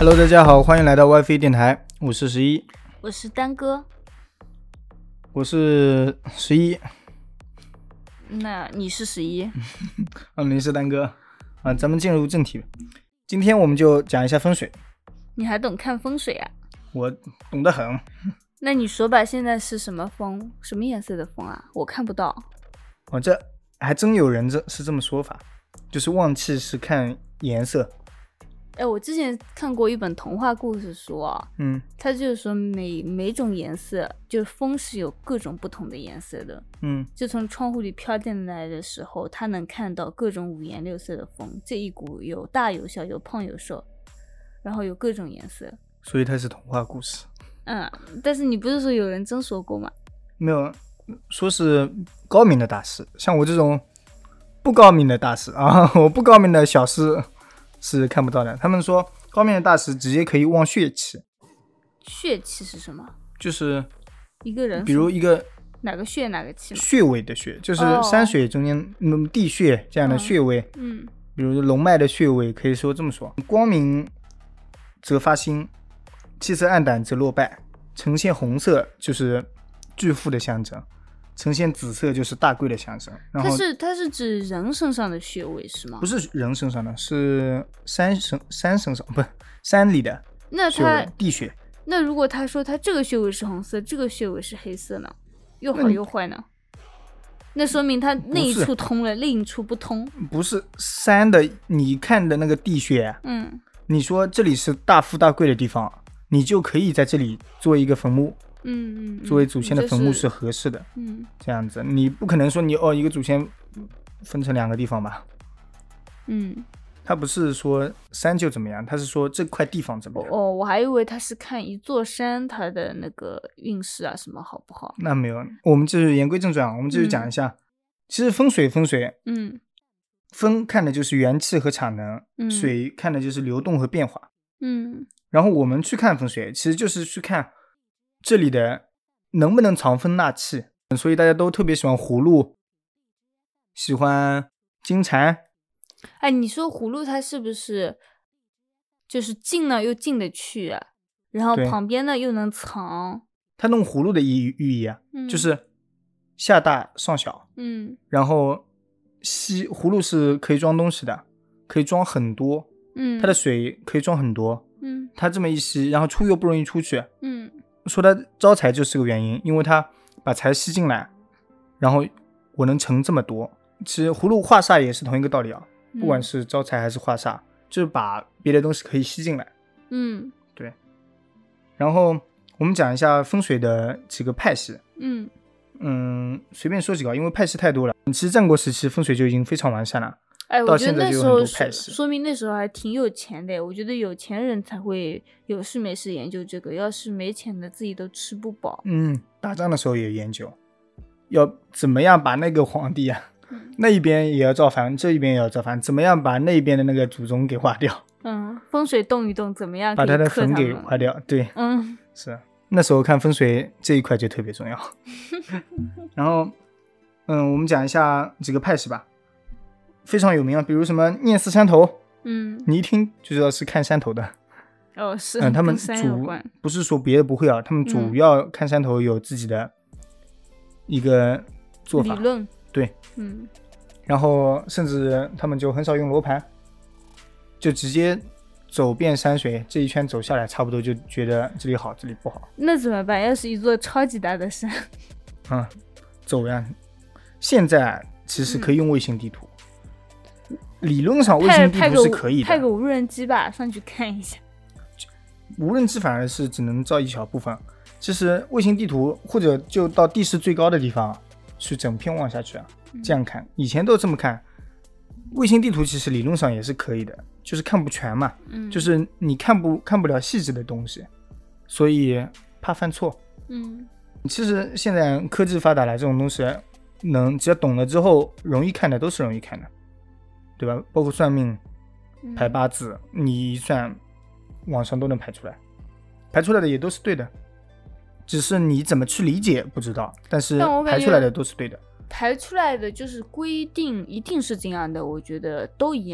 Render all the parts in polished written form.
Hello， 大家好，欢迎来到 WiFi 电台，我是11， 我是丹哥， 我是11， 那你是11？ 你是丹哥啊。咱们进入正题，今天我们就讲一下风水。 你还懂看风水啊？ 我懂得很。 那你说吧，现在是什么风？什么颜色的风啊？我看不到。 这还真有人是这么说法，就是旺气是看颜色。 我之前看过一本童话故事书啊，它就是说每种颜色，就是风是有各种不同的颜色的，就从窗户里飘进来的时候，它能看到各种五颜六色的风，这一股有大有小，有胖有瘦，然后有各种颜色， 所以它是童话故事。 但是你不是说有人真说过吗？ 没有，说是高明的大师，像我这种不高明的大师啊，我不高明的小师是看不到的。他们说高明的大师直接可以望血气。 血气是什么？ 就是一个人， 比如一个哪个穴哪个气嘛？ 穴位的穴，就是山水中间地穴这样的穴位。比如龙脉的穴位，可以说这么说：光明则发心，气色暗淡则落败。呈现红色就是巨富的象征，呈现紫色就是大贵的象征。然后它是指人身上的穴位是吗？ 不是人身上的，是山身上，不是山里的穴位，地穴。 那如果他说他这个穴位是红色，这个穴位是黑色呢？又好又坏呢？那说明他那一处通了，另一处不通。 不是山的，你看的那个地穴，你说这里是大富大贵的地方，你就可以在这里做一个坟墓，作为祖先的坟墓是合适的，这样子，你不可能说你一个祖先分成两个地方吧，他不是说山就怎么样，他是说这块地方怎么样。 我还以为他是看一座山它的那个运势啊什么好不好。 那没有，我们就是言归正传，我们继续讲一下。其实风水，风看的就是元气和产能，水看的就是流动和变化，然后我们去看风水，其实就是去看这里的能不能藏风纳气。所以大家都特别喜欢葫芦，喜欢金蟾。 你说葫芦它是不是就是进呢又进得去啊，然后旁边呢又能藏？ 它弄葫芦的寓意啊，就是下大上小，然后葫芦是可以装东西的，可以装很多，它的水可以装很多，它这么一吸，然后出又不容易出去，说它招财就是个原因，因为它把财吸进来，然后我能盛这么多。其实葫芦化煞也是同一个道理啊，不管是招财还是化煞，就是把别的东西可以吸进来。对。然后我们讲一下风水的几个派系。随便说几个，因为派系太多了。其实战国时期风水就已经非常完善了，到现在就有很多派系。 说明那时候还挺有钱的。我觉得有钱人才会有事没事研究这个，要是没钱的自己都吃不饱。 打仗的时候也研究，要怎么样把那个皇帝啊，那一边也要造反，这一边也要造反，怎么样把那一边的那个祖宗给化掉。 风水动一动，怎么样把他的坟给化掉。对，是。那时候看风水这一块就特别重要。然后我们讲一下几个派系吧，非常有名啊，比如什么念四山头，你一听就知道是看山头的。 是他们不是说别的不会啊，他们主要看山头有自己的一个做法理论。 对，然后甚至他们就很少用罗盘，就直接走遍山水，这一圈走下来差不多就觉得这里好这里不好。 那怎么办？要是一座超级大的山走呀。现在其实可以用卫星地图，理论上卫星地图是可以的， 派个无人机吧上去看一下。 无人机反而是只能照一小部分，其实卫星地图或者就到地势最高的地方去整片望下去这样看，以前都这么看。卫星地图其实理论上也是可以的，就是看不全嘛，就是你看不了细致的东西，所以怕犯错。其实现在科技发达了，这种东西只要懂了之后容易看的都是容易看的，对吧？包括算命排八字，你一算网上都能排出来，排出来的也都是对的，只是你怎么去理解不知道，但是排出来的都是对的。 排出来的就是规定一定是这样的，我觉得都一样。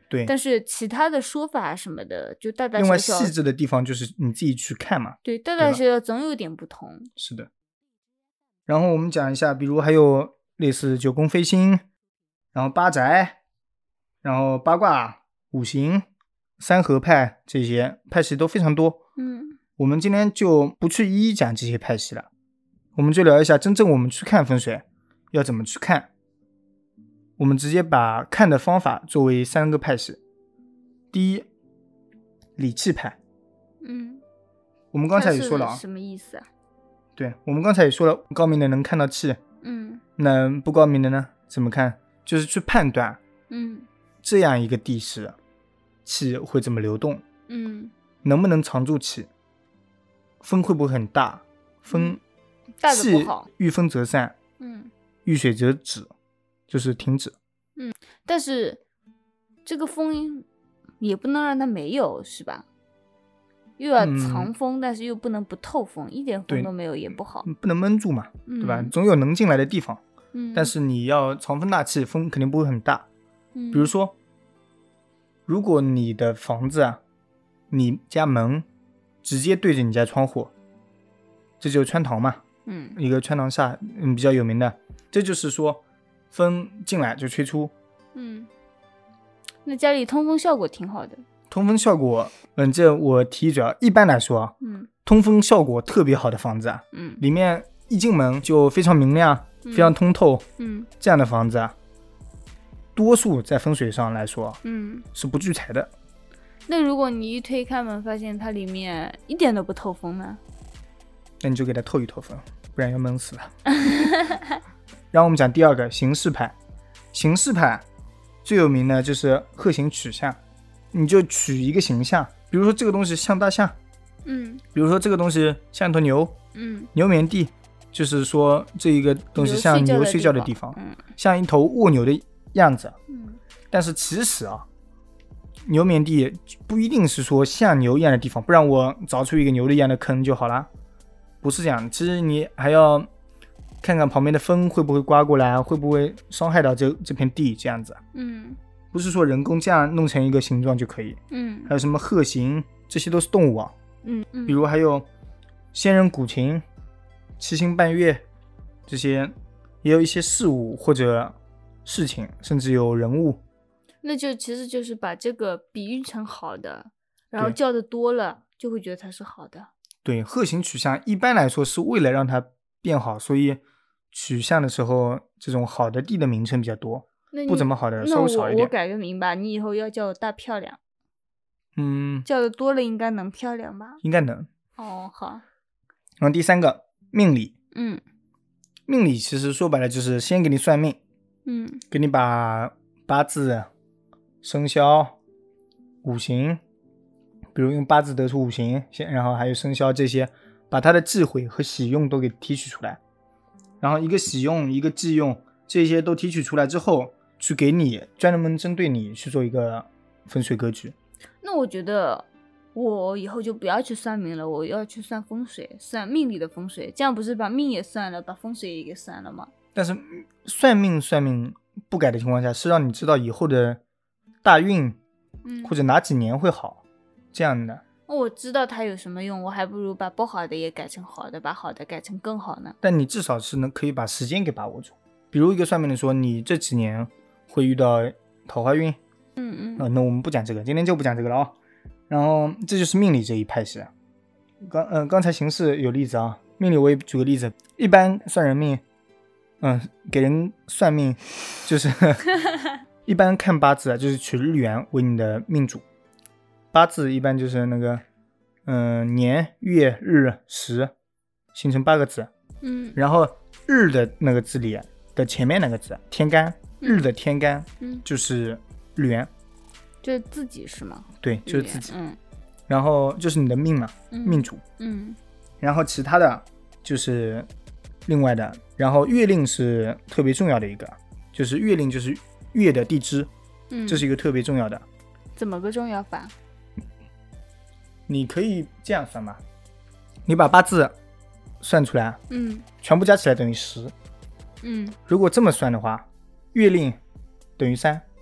对， 但是其他的说法什么的就大大小小， 另外细致的地方就是你自己去看嘛。 对，大大小小总有点不同。 是的。然后我们讲一下，比如还有类似九宫飞星，然后八宅，然后八卦、五行、三合派，这些派系都非常多。我们今天就不去一一讲这些派系了，我们就聊一下真正我们去看风水要怎么去看。我们直接把看的方法作为3个派系。第一，理气派。我们刚才也说了啊， 什么意思啊？ 对，我们刚才也说了，高明的能看到气，那不高明的呢？怎么看？就是去判断，这样一个地势，气会怎么流动，能不能藏住气，风会不会很大，风大的不好， 遇风则散，遇水则止，就是停止。 但是这个风也不能让它没有，是吧？又要藏风，但是又不能不透风，一点风都没有也不好， 不能闷住嘛，对吧？总有能进来的地方，但是你要藏风纳气，风肯定不会很大。比如说，如果你的房子啊，你家门直接对着你家窗户，这就是穿堂嘛，一个穿堂煞，比较有名的，这就是说风进来就吹出。 那家里通风效果挺好的。 通风效果，这我提议主要，一般来说，通风效果特别好的房子啊，里面一进门就非常明亮，非常通透，这样的房子啊，多数在风水上来说，是不聚财的。 那如果你一推开门发现它里面一点都不透风呢？ 那你就给它透一透风，不然要闷死了。然后我们讲第二个形式派。形式派最有名的就是鹤形取象，你就取一个形象，比如说这个东西像大象，比如说这个东西像一头牛，牛眠地，就是说这一个东西像牛睡觉的地方，像一头卧牛的样子，但是其实啊，牛眠地不一定是说像牛一样的地方，不然我凿出一个牛的一样的坑就好了，不是这样，其实你还要看看旁边的风会不会刮过来，会不会伤害到这片地，这样子。不是说人工这样弄成一个形状就可以。还有什么鹤形，这些都是动物啊。比如还有仙人鼓琴、七星伴月，这些也有一些事物或者事情，甚至有人物。 那就其实就是把这个比喻成好的，然后叫的多了就会觉得它是好的。 对，鹤形取象一般来说是为了让它变好，所以取象的时候这种好的地的名称比较多，不怎么好的稍微少一点。 那我改个名吧，你以后要叫我大漂亮。叫的多了应该能漂亮吧？ 应该能。 好。 然后第3个命理。命理其实说白了就是先给你算命，给你把八字、生肖、五行，比如用八字得出五行，然后还有生肖这些，把它的忌讳和喜用都给提取出来，然后一个喜用一个忌用这些都提取出来之后，去给你专门针对你去做一个风水格局。 那我觉得我以后就不要去算命了，我要去算风水，算命里的风水，这样不是把命也算了，把风水也给算了吗？ 但是算命不改的情况下，是让你知道以后的大运，或者哪几年会好，这样的。 我知道它有什么用，我还不如把不好的也改成好的，把好的改成更好呢。 但你至少是可以把时间给把握住。比如一个算命的说你这几年会遇到桃花运，那我们不讲这个，今天就不讲这个了啊。然后这就是命理这一派系。刚才形式有例子啊，命理我也举个例子。一般算人命，给人算命就是一般看八字啊，就是取日元为你的命主。八字一般就是那个年月日时形成8个字，然后日的那个字里的前面那个字天干，日的天干就是日元， 就是自己是吗？ 对，就是自己。然后就是你的命嘛，命主。然后其他的就是另外的。然后月令是特别重要的一个，就是月令就是月的地支，这是一个特别重要的。 怎么个重要法？ 你可以这样算吧，你把八字算出来，全部加起来等于10。如果这么算的话，月令等于3，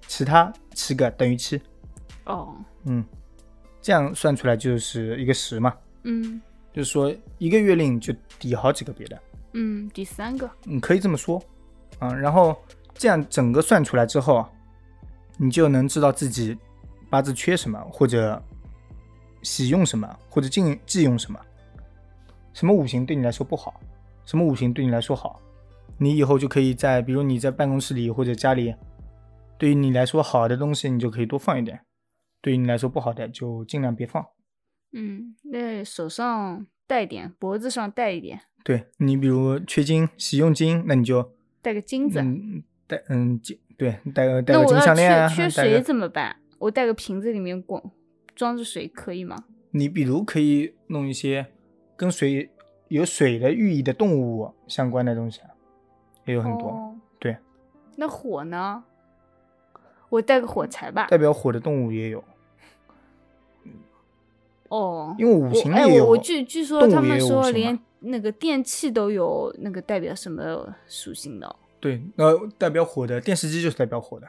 其他7个等于7。这样算出来就是一个10嘛。就是说一个月令就抵好几个别的。 抵3个。 可以这么说。然后这样整个算出来之后，你就能知道自己八字缺什么，或者喜用什么，或者忌用什么。什么五行对你来说不好，什么五行对你来说好，你以后就可以比如你在办公室里或者家里，对于你来说好的东西你就可以多放一点，对于你来说不好的就尽量别放。 那手上戴一点，脖子上戴一点。 对，你比如缺金，喜用金，那你就戴个金子。 戴个金项链啊。 缺水怎么办？我带个瓶子里面装着水可以吗？ 你比如可以弄一些跟有水的寓意的动物相关的东西，也有很多。对。 那火呢？我带个火柴吧。 代表火的动物也有。因为五行也有。 据说他们说连那个电器都有那个代表什么属性的。 对，代表火的电视机就是代表火的。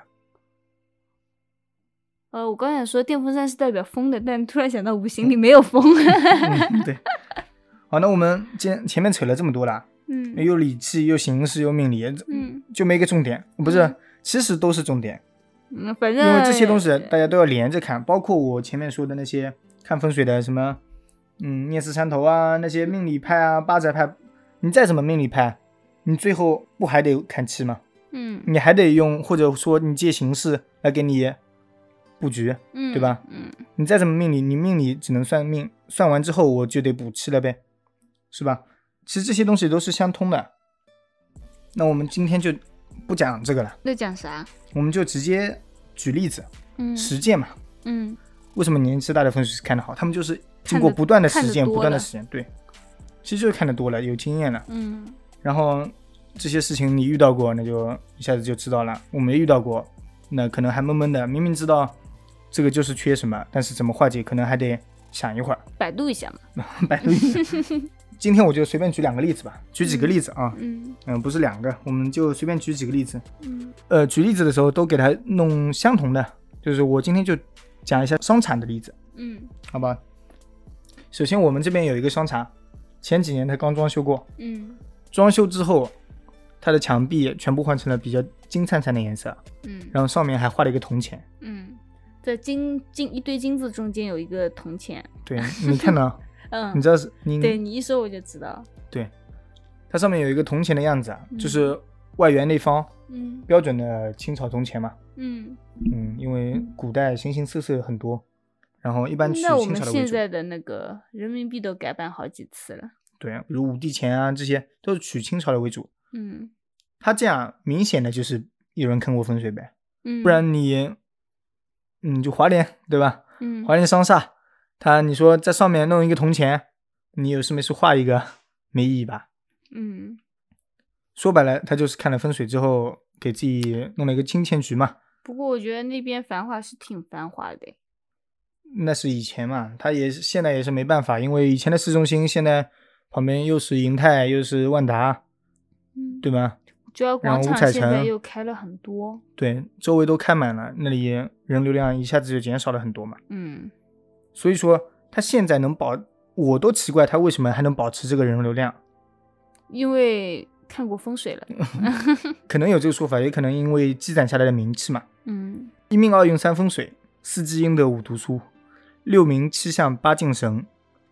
我刚才说电风扇是代表风的，但突然想到五行里没有风。 对。好，那我们前面扯了这么多了。有理气，有形势，有命理，就没个重点。不是，其实都是重点。 反正因为这些东西大家都要连着看，包括我前面说的那些看风水的什么念四山头啊，那些命理派啊，八宅派，你再怎么命理派，你最后不还得看气吗？你还得用，或者说你借形势来给你布局，对吧？你再怎么命理，你命理只能算命，算完之后我就得补气了呗，是吧？其实这些东西都是相通的。那我们今天就不讲这个了。 那讲啥？ 我们就直接举例子，实践嘛。为什么年纪大的风水师看得好？他们就是经过不断的实践，对，其实就是看得多了，有经验了。然后这些事情你遇到过，那就一下子就知道了。我没遇到过，那可能还闷闷的，明明知道这个就是缺什么，但是怎么化解，可能还得想一会儿， 百度一下嘛。 百度一下。今天我就随便举2个例子吧，举几个例子啊。不是2个，我们就随便举几个例子。举例子的时候都给它弄相同的，就是我今天就讲一下商场的例子。好吧。首先我们这边有一个商场，前几年它刚装修过。装修之后它的墙壁全部换成了比较金灿灿的颜色。然后上面还画了一个铜钱。 在一堆金子中间有一个铜钱。 对，你看到你知道是对，你一说我就知道。 对，它上面有一个铜钱的样子，就是外圆内方，标准的清朝铜钱嘛。因为古代形形色色很多，然后一般取清朝的为主。 那我们现在的那个人民币都改版好几次了。 对，比如五帝钱啊，这些都是取清朝的为主。它这样明显的就是有人看过风水呗。不然你就华联，对吧？华联商厦，你说在上面弄一个铜钱，你有事没事画一个，没意义吧？说白了，他就是看了风水之后给自己弄了一个金钱局嘛。 不过我觉得那边繁华是挺繁华的。 那是以前嘛，现在也是没办法，因为以前的市中心现在旁边又是银泰又是万达，对吧？ 主要广场现在又开了很多。 对，周围都开满了，那里人流量一下子就减少了很多嘛。所以说他现在我都奇怪他为什么还能保持这个人流量。 因为看过风水了。 可能有这个说法，也可能因为积攒下来的名气嘛。一命二运三风水，4积阴德5读书，6名7相8敬神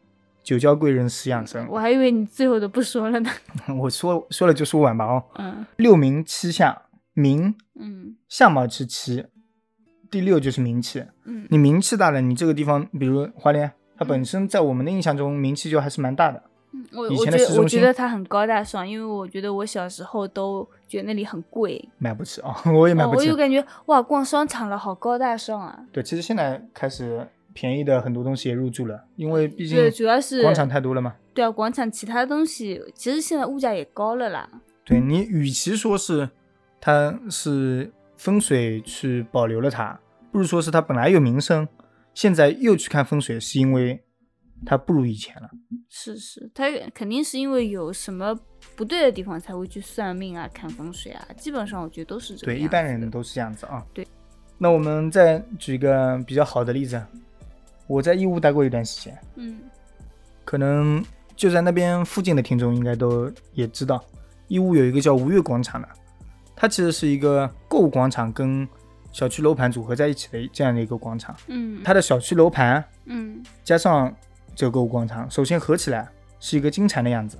，9交贵人10养生。 我还以为你最后都不说了呢。 我说了就说完吧哦。6名7相，名相貌是7，第6就是名气。你名气大了，你这个地方比如华联，它本身在我们的印象中名气就还是蛮大的。 我觉得它很高大上，因为我觉得我小时候都觉得那里很贵， 买不起啊。我也买不起。 我就感觉哇，逛商场了好高大上啊。 对，其实现在开始便宜的很多东西也入驻了，因为毕竟主要是广场太多了嘛。 对啊，广场其他东西其实现在物价也高了啦。 对，你与其说是它是风水去保留了它，不如说是它本来有名声，现在又去看风水，是因为它不如以前了。 是，它肯定是因为有什么不对的地方才会去算命啊、看风水啊。基本上我觉得都是这个样子的。 对，一般人都是这样子啊。 对， 那我们再举一个比较好的例子，我在义乌待过一段时间，可能就在那边附近的听众应该都也知道，义乌有一个叫吴越广场的，它其实是一个购物广场跟小区楼盘组合在一起的这样的一个广场。它的小区楼盘，加上这个购物广场，首先合起来是一个金蝉的样子。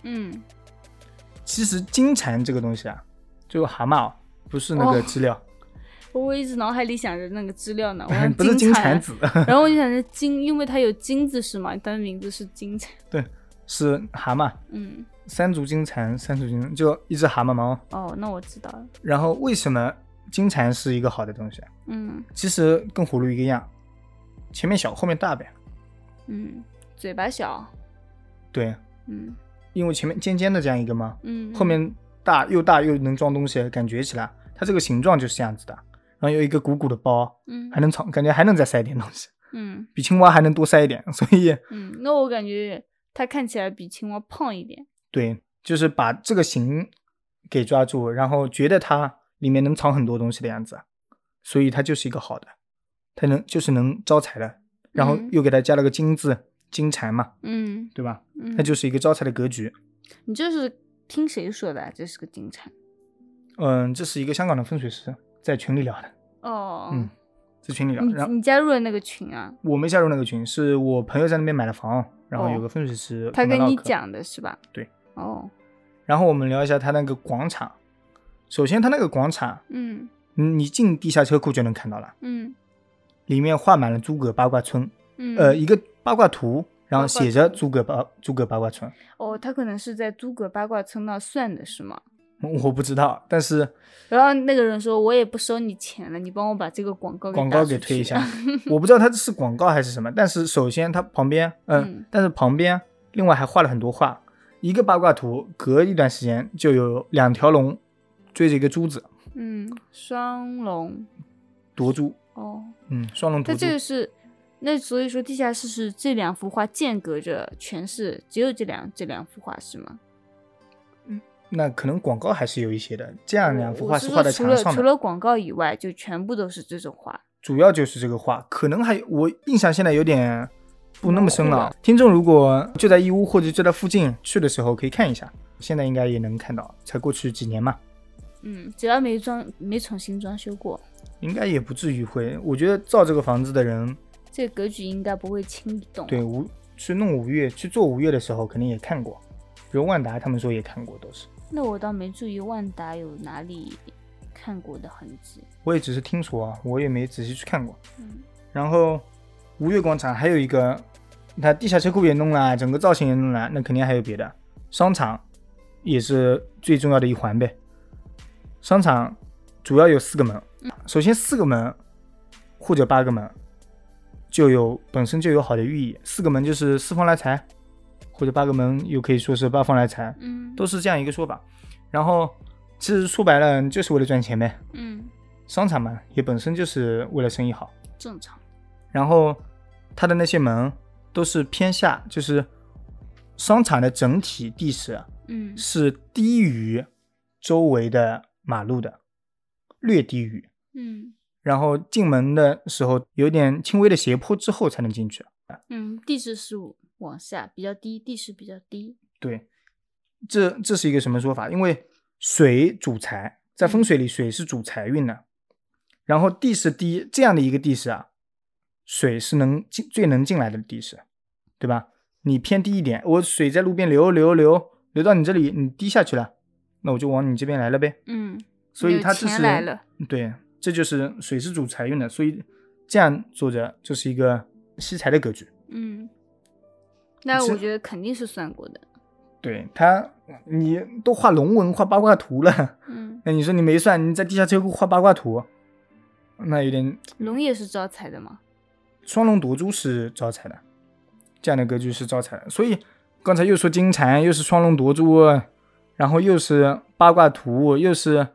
其实金蝉这个东西啊，就蛤蟆不是那个知了。 我一直脑海里想着那个知了呢， 不是金蝉子。 然后我就想着金，因为它有金字是嘛，它的名字是金蝉。 对，是蛤蟆。三足金蝉，三足金蝉，就一只蛤蟆嘛。 哦，那我知道了。 然后为什么金蝉是一个好的东西？其实跟葫芦一个样，前面小后面大呗。 嘴巴小。 对。因为前面尖尖的这样一个嘛，后面大又能装东西，感觉起来它这个形状就是这样子的。然后有一个鼓鼓的包，还能藏，感觉还能再塞一点东西，比青蛙还能多塞一点，所以， 那我感觉它看起来比青蛙胖一点。 对，就是把这个形给抓住，然后觉得它里面能藏很多东西的样子，所以它就是一个好的，它就是能招财的，然后又给它加了个金字，金蝉嘛，对吧？它就是一个招财的格局。 你这是听谁说的？这是个金蝉？ 这是一个香港的风水师在群里聊的。在群里聊。 你加入了那个群啊？ 我没加入那个群，是我朋友在那边买了房，然后有个风水师， 他跟你讲的是吧？ 对。然后我们聊一下他那个广场。首先他那个广场，你进地下车库就能看到了，里面画满了诸葛八卦村，一个八卦图，然后写着诸葛八卦村。 他可能是在诸葛八卦村那算的是吗？ 我不知道，但是然后那个人说我也不收你钱了，你帮我把这个广告给推一下。我不知道它是广告还是什么，但是首先它旁边但是旁边另外还画了很多画，一个八卦图隔一段时间就有2条龙追着一个珠子， 双龙夺珠。双龙夺珠。 它这个是，那所以说地下室是这2幅画间隔着全是只有这两幅画是吗？ 那可能广告还是有一些的，这样2幅画是画在墙上的。 除了广告以外，就全部都是这种画。 主要就是这个画，可能还我印象现在有点不那么深了。听众如果就在义乌或者就在附近去的时候可以看一下，现在应该也能看到，才过去几年嘛。 只要没重新装修过， 应该也不至于会。我觉得造这个房子的人， 这个格局应该不会轻易动。 对，去弄5月去做5月的时候肯定也看过，比如万达他们说也看过都是。 那我倒没注意万达有哪里看过的痕迹， 我也只是听说啊，我也没仔细去看过。然后吴越广场还有一个，它地下车库也弄了，整个造型也弄了，那肯定还有别的。商场也是最重要的一环呗。商场主要有4个门，首先4个门或者8个门本身就有好的寓意，4个门就是4方来财，或者8个门又可以说是8方来财，都是这样一个说法。然后其实说白了就是为了赚钱呗，商场嘛也本身就是为了生意好， 正常。 然后它的那些门都是偏下，就是商场的整体地势是低于周围的马路的，略低于，然后进门的时候有点轻微的斜坡之后才能进去。 地势是往下比较低，地势比较低。 对，这是一个什么说法？因为水主财，在风水里水是主财运的，然后地势低这样的一个地势啊，水是最能进来的地势，对吧？你偏低一点，我水在路边流到你这里，你低下去了，那我就往你这边来了呗。所以它这是来了。 对，这就是水是主财运的，所以这样做着就是一个吸财的格局。 那我觉得肯定是算过的。 对，你都画龙纹画八卦图了，那你说你没算，你在地下车库画八卦图，那有点。 龙也是招财的吗？ 双龙夺珠是招财的，这样的格局是招财的。所以刚才又说金蝉，又是双龙夺珠，然后又是八卦图，又是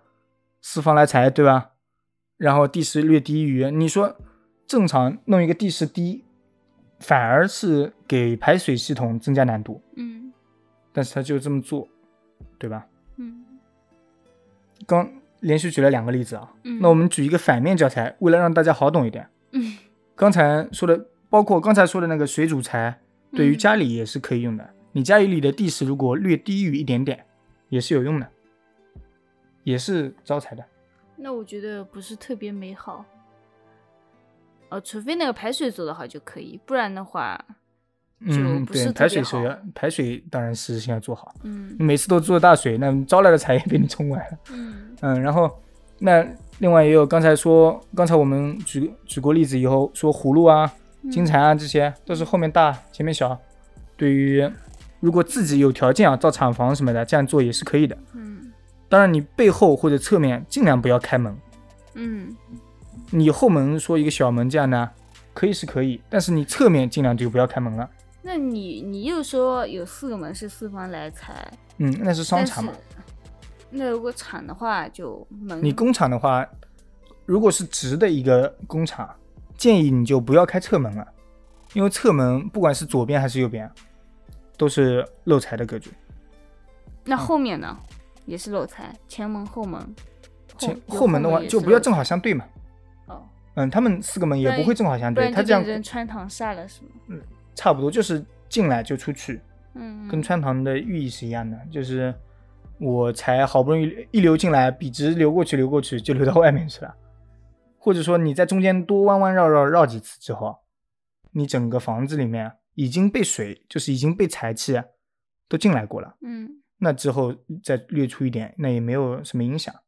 4方来财，对吧？然后地势略低于，你说正常弄一个地势低，反而是给排水系统增加难度。但是他就这么做，对吧？ 连续举了2个例子啊，那我们举一个反面教材，为了让大家好懂一点。刚才说的，包括刚才说的那个水煮材，对于家里也是可以用的。你家里的地势如果略低于一点点，也是有用的，也是招财的。 那我觉得不是特别美好。除非那个排水做得好就可以，不然的话就不是特别好。 对，排水当然是先要做好。你每次都做大水，那招来的财也被你冲完了。然后那另外也有刚才我们举过例子以后说葫芦啊、金蟾啊，这些都是后面大前面小。对于如果自己有条件啊，造厂房什么的，这样做也是可以的。当然你背后或者侧面尽量不要开门。你后门说一个小门这样呢，可以是可以，但是你侧面尽量就不要开门了。 那你又说有4个门是四方来财， 那是商场嘛。 那如果厂的话就门。 你工厂的话，如果是直的一个工厂，建议你就不要开侧门了，因为侧门不管是左边还是右边，都是漏财的格局。 那后面呢，也是漏财，前门后门。 后门的话就不要正好相对嘛。他们4个门也不会正好相对， 他这样变成穿堂煞了是吗？ 差不多，就是进来就出去。跟穿堂的寓意是一样的，就是我才好不容易一流进来，笔直流过去就流到外面去了。或者说你在中间多弯弯绕几次之后，你整个房子里面已经被水，就是已经被财气都进来过了。那之后再略出一点，那也没有什么影响。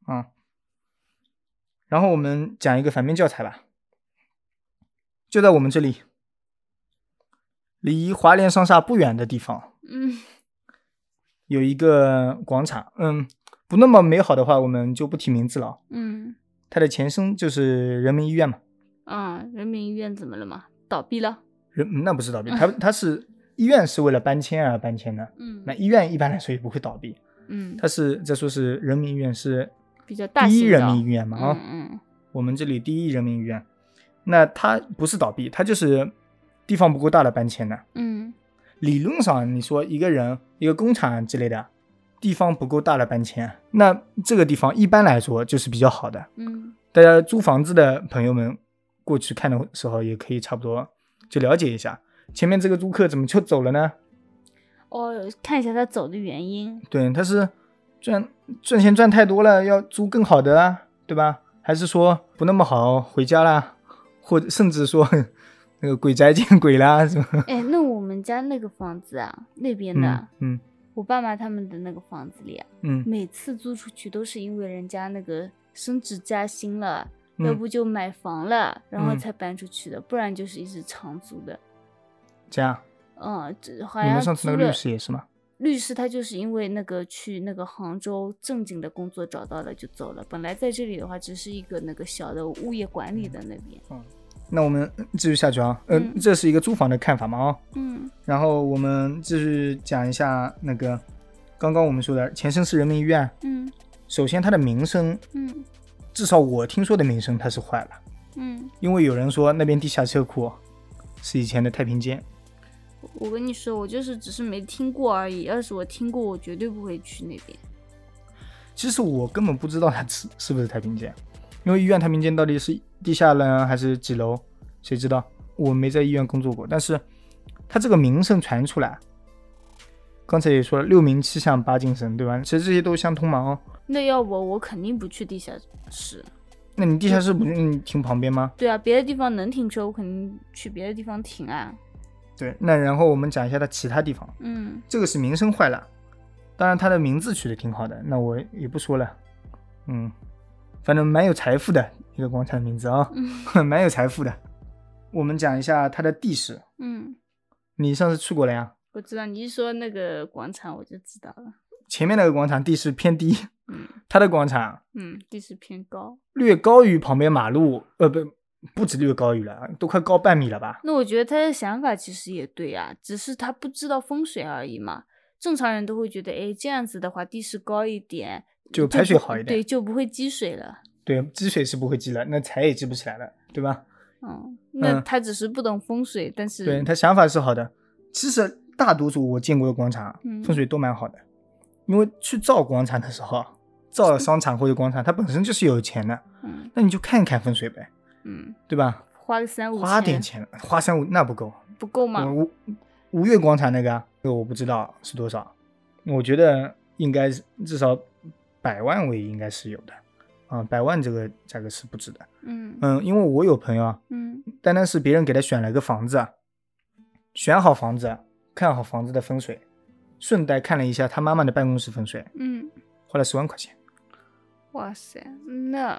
然后我们讲一个反面教材吧，就在我们这里，离华联商厦不远的地方，有一个广场。不那么美好的话，我们就不提名字了。它的前身就是人民医院嘛。 人民医院怎么了嘛？倒闭了？ 那不是倒闭，它是医院是为了搬迁而搬迁的。那医院一般来说也不会倒闭。它是再说是人民医院是比较大型的第一人民医院嘛。我们这里第一人民医院，那它不是倒闭，它就是地方不够大的搬迁的。理论上你说一个人一个工厂之类的地方不够大的搬迁，那这个地方一般来说就是比较好的。大家租房子的朋友们过去看的时候也可以差不多就了解一下，前面这个租客怎么就走了呢？ 看一下他走的原因。 对，他是赚钱赚太多了，要租更好的对吧？还是说不那么好回家啦，或者甚至说那个鬼宅见鬼啦什么？ 那我们家那个房子那边的，我爸妈他们的那个房子里每次租出去都是因为人家那个升职加薪了，要不就买房了，然后才搬出去的，不然就是一直长租的。 这样？ 好像你们上次那个律师也是吗？ 律师他就是因为去那个杭州正经的工作找到了就走了，本来在这里的话只是一个那个小的物业管理的那边。 那我们继续下去这是一个租房的看法嘛。然后我们继续讲一下那个刚刚我们说的前身是人民医院。首先它的名声，至少我听说的名声它是坏了。因为有人说那边地下车库是以前的太平间。 我跟你说，我只是没听过而已，要是我听过我绝对不会去那边。 其实我根本不知道它是不是太平间，因为医院太平间到底是地下呢还是几楼谁知道，我没在医院工作过。但是它这个名声传出来，刚才也说了6名7相8精神对吧，其实这些都相通嘛。 那要我肯定不去地下室。 那你地下室不是停旁边吗？ 对啊，别的地方能停车我肯定去别的地方停啊。 对，那然后我们讲一下它其他地方。这个是名声坏了，当然它的名字取得挺好的，那我也不说了。反正蛮有财富的一个广场的名字蛮有财富的。我们讲一下它的地势。你上次去过了呀？ 我知道，你一说那个广场我就知道了。 前面那个广场地势偏低，它的广场地势偏高， 略高于旁边马路，不止略高于了，都快高半米了吧。 那我觉得他的想法其实也对啊，只是他不知道风水而已嘛。正常人都会觉得这样子的话地势高一点就排水好一点， 对，就不会积水了。 对，积水是不会积了，那财也积不起来了，对吧？ 那他只是不懂风水，但是对，他想法是好的。其实大多数我见过的广场风水都蛮好的，因为去造广场的时候造商场或者广场，他本身就是有钱的，那你就看一看风水呗，对吧？ 花个3-5千， 花点钱，花3-5那不够， 不够吗？ 吴越广场那个我不知道是多少，我觉得应该至少100万位应该是有的，100万这个价格是不值的。因为我有朋友单单是别人给他选了个房子，选好房子，看好房子的风水，顺带看了一下他妈妈的办公室风水，花了10万块钱。 哇塞，那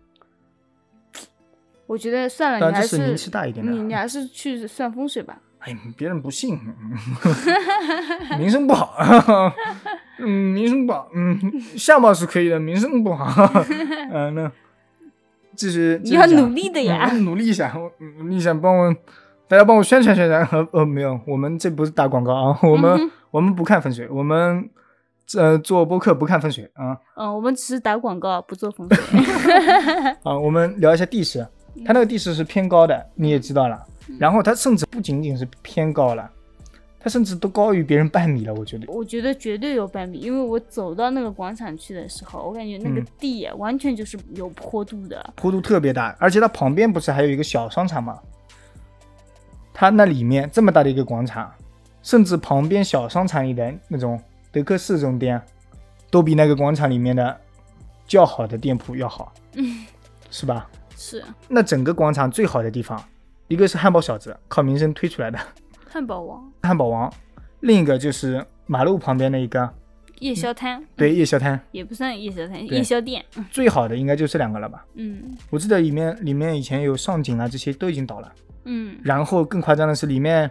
我觉得算了， 当然这是名气大一点的， 你还是去算风水吧。 哎，别人不信，名声不好，名声不好，相貌是可以的，名声不好，那就是你要努力的呀， 努力一下，大家帮我宣传宣传。没有，我们这不是打广告啊，我们不看风水，我们做播客不看风水啊。 我们只是打广告，不做风水。 我们聊一下地势，它那个地势是偏高的，你也知道了。然后它甚至不仅仅是偏高了，它甚至都高于别人半米了，我觉得。 我觉得绝对有半米，因为我走到那个广场去的时候，我感觉那个地完全就是有坡度的， 坡度特别大，而且它旁边不是还有一个小商场吗？它那里面这么大的一个广场，甚至旁边小商场里的那种德克士这种店，都比那个广场里面的较好的店铺要好，是吧？ 是。 那整个广场最好的地方，一个是汉堡小子，靠名声推出来的汉堡王， 另一个就是马路旁边的一个夜宵摊， 对，夜宵摊也不算夜宵摊，夜宵店。 最好的应该就这2个了吧？我记得里面以前有上景啊，这些都已经倒了。然后更夸张的是，里面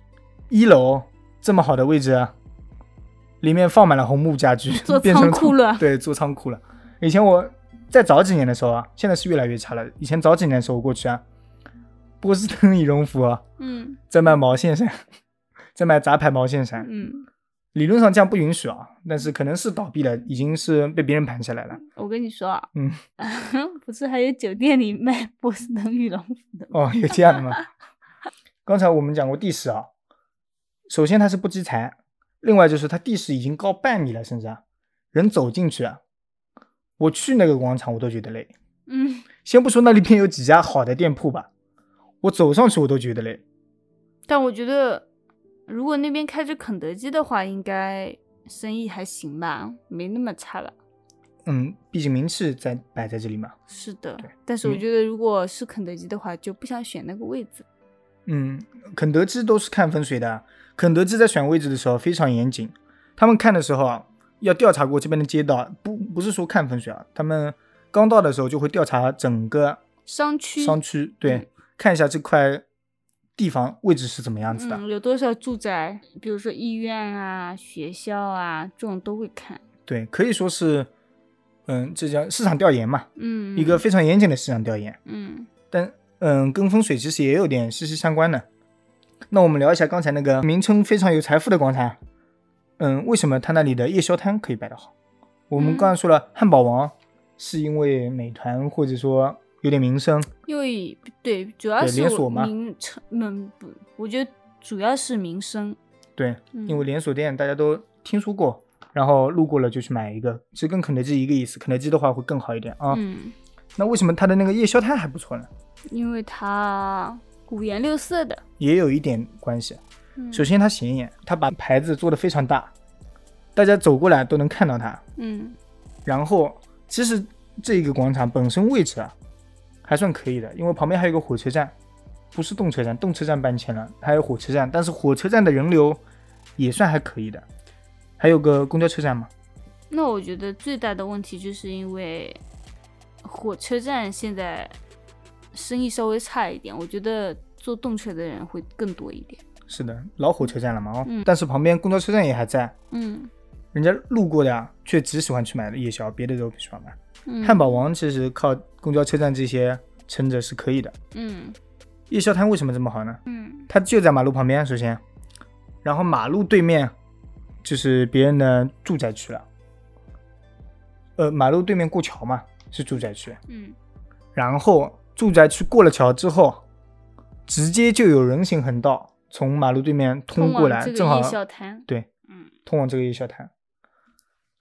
1楼这么好的位置，里面放满了红木家具， 做仓库了。 对，做仓库了。以前我在早几年的时候现在是越来越差了。以前早几年的时候我过去波士顿羽绒服在卖毛线衫，在卖杂牌毛线衫。理论上这样不允许但是可能是倒闭了，已经是被别人盘下来了。 我跟你说不是还有酒店里卖波士顿羽绒服的吗？ 有这样的吗？刚才我们讲过地势首先它是不积财，另外就是它地势已经高半米了，甚至人走进去我去那个广场我都觉得累。先不说那里边有几家好的店铺吧，我走上去我都觉得累。 但我觉得如果那边开着肯德基的话，应该生意还行吧，没那么差了。 毕竟名气摆在这里嘛。 是的，但是我觉得如果是肯德基的话，就不想选那个位置。 肯德基都是看风水的，肯德基在选位置的时候非常严谨，他们看的时候要调查过这边的街道，不是说看风水他们刚到的时候就会调查整个商区，对，看一下这块地方位置是怎么样子的， 有多少住宅，比如说医院学校这种都会看。 对，可以说是这叫市场调研嘛，一个非常严谨的市场调研。但跟风水其实也有点息息相关的。那我们聊一下刚才那个名称非常有财富的广场，为什么它那里的夜宵摊可以摆得好？我们刚才说了，汉堡王是因为美团或者说有点名声， 因为对，主要是连锁嘛， 我觉得主要是名声。 对，因为连锁店大家都听说过，然后路过了就去买一个，其实跟肯德基一个意思，肯德基的话会更好一点那为什么它的那个夜宵摊还不错呢？ 因为它五颜六色的， 也有一点关系。首先它显眼，它把牌子做得非常大，大家走过来都能看到它。然后其实这个广场本身位置还算可以的，因为旁边还有个火车站，不是动车站，动车站搬迁了，还有火车站，但是火车站的人流也算还可以的，还有个公交车站嘛。 那我觉得最大的问题就是因为火车站现在生意稍微差一点，我觉得坐动车的人会更多一点。 是的，老火车站了嘛但是旁边公交车站也还在。人家路过的却只喜欢去买夜宵，别的都不喜欢买。汉堡王其实靠公交车站这些撑着是可以的。夜宵摊为什么这么好呢？它就在马路旁边，首先，然后马路对面就是别人的住宅区了。马路对面过桥嘛，是住宅区。然后住宅区过了桥之后，直接就有人行横道从马路对面通过来，正好夜宵摊。 对，通往这个夜宵摊。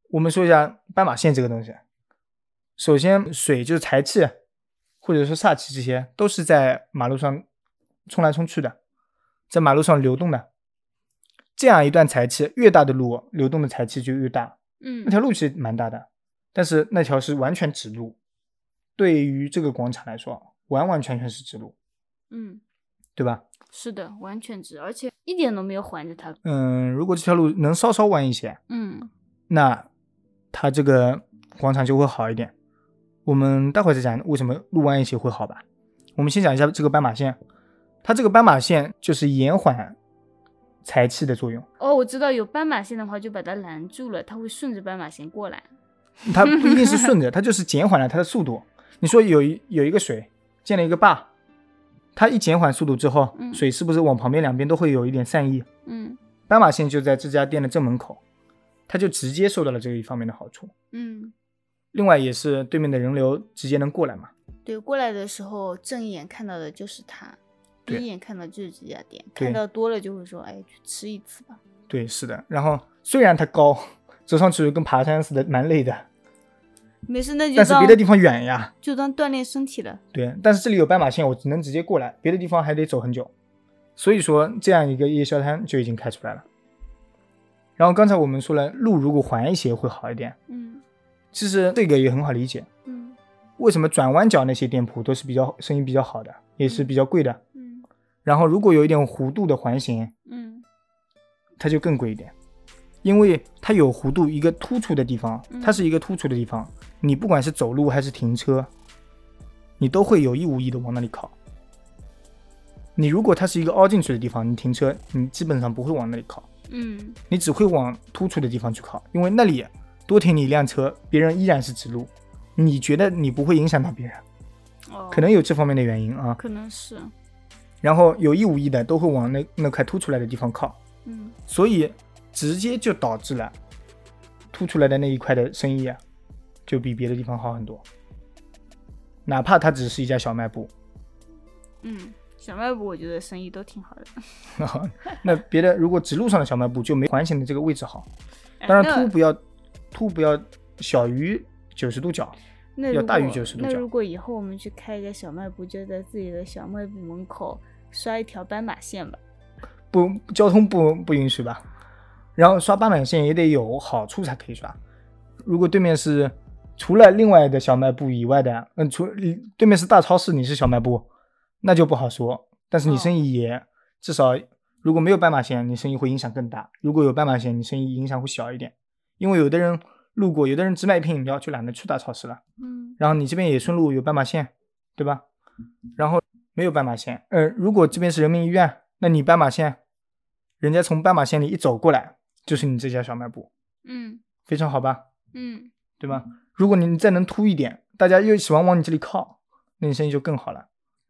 我们说一下斑马线这个东西。首先水就是财气或者说煞气，这些都是在马路上冲来冲去的，在马路上流动的。这样一段财气越大的路，流动的财气就越大。那条路其实蛮大的，但是那条是完全直路，对于这个广场来说完完全全是直路。对吧？ 是的，完全直，而且一点都没有环着它。 如果这条路能稍稍弯一些，那它这个广场就会好一点。我们待会儿再讲为什么路弯一些会好吧。我们先讲一下这个斑马线，它这个斑马线就是延缓财气的作用。 我知道有斑马线的话就把它拦住了，它会顺着斑马线过来。 它不一定是顺着，它就是减缓了它的速度。你说有一个水建了一个坝，它一减缓速度之后，水是不是往旁边两边都会有一点散逸？斑马线就在这家店的正门口，它就直接受到了这一方面的好处。另外也是对面的人流直接能过来嘛。 对，过来的时候正眼看到的就是它，第一眼看到就是这家店，看到多了就会说去吃一次吧。 对，是的。然后虽然它高，走上去跟爬山似的蛮累的， 没事，那就但是别的地方远呀， 就当锻炼身体了。 对，但是这里有斑马线，我只能直接过来，别的地方还得走很久。所以说这样一个夜宵摊就已经开出来了。然后刚才我们说了，路如果缓一些会好一点。其实这个也很好理解。为什么转弯角那些店铺都是生意比较好的，也是比较贵的。然后如果有一点弧度的环形，它就更贵一点。因为它有弧度，一个突出的地方，它是一个突出的地方，你不管是走路还是停车，你都会有意无意的往那里靠。你如果它是一个凹进去的地方，你停车你基本上不会往那里靠，你只会往突出的地方去靠，因为那里多停你一辆车，别人依然是直路，你觉得你不会影响到别人，可能有这方面的原因啊， 可能是。 然后有意无意的都会往那块凸出来的地方靠，所以直接就导致了凸出来的那一块的生意就比别的地方好很多，哪怕它只是一家小卖部。 小卖部我觉得生意都挺好的。 那别的如果直路上的小卖部就没环形的这个位置好，当然凸不要小于90度角，要大于90度角。 那如果以后我们去开一个小卖部，就在自己的小卖部门口刷一条斑马线吧。 不，交通不允许吧。然后刷斑马线也得有好处才可以刷。如果对面是除了另外的小卖部以外的，对面是大超市，你是小卖部，那就不好说。但是你生意也至少，如果没有斑马线，你生意会影响更大；如果有斑马线，你生意影响会小一点。因为有的人路过，有的人只买一瓶饮料就懒得去大超市了。然后你这边也顺路有斑马线，对吧？然后没有斑马线，如果这边是人民医院，那你斑马线，人家从斑马线里一走过来，就是你这家小卖部。非常好吧？对吧？如果你再能凸一点，大家又喜欢往你这里靠，那你生意就更好了。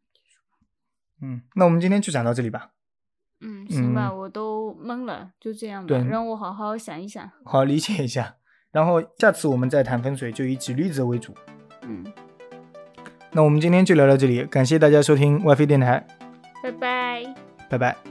那我们今天就讲到这里吧。 行吧，我都懵了，就这样吧，让我好好想一想， 好好理解一下。然后下次我们再谈风水，就以举例子为主。那我们今天就聊到这里，感谢大家收听 WiFi 电台， 拜拜， 拜拜。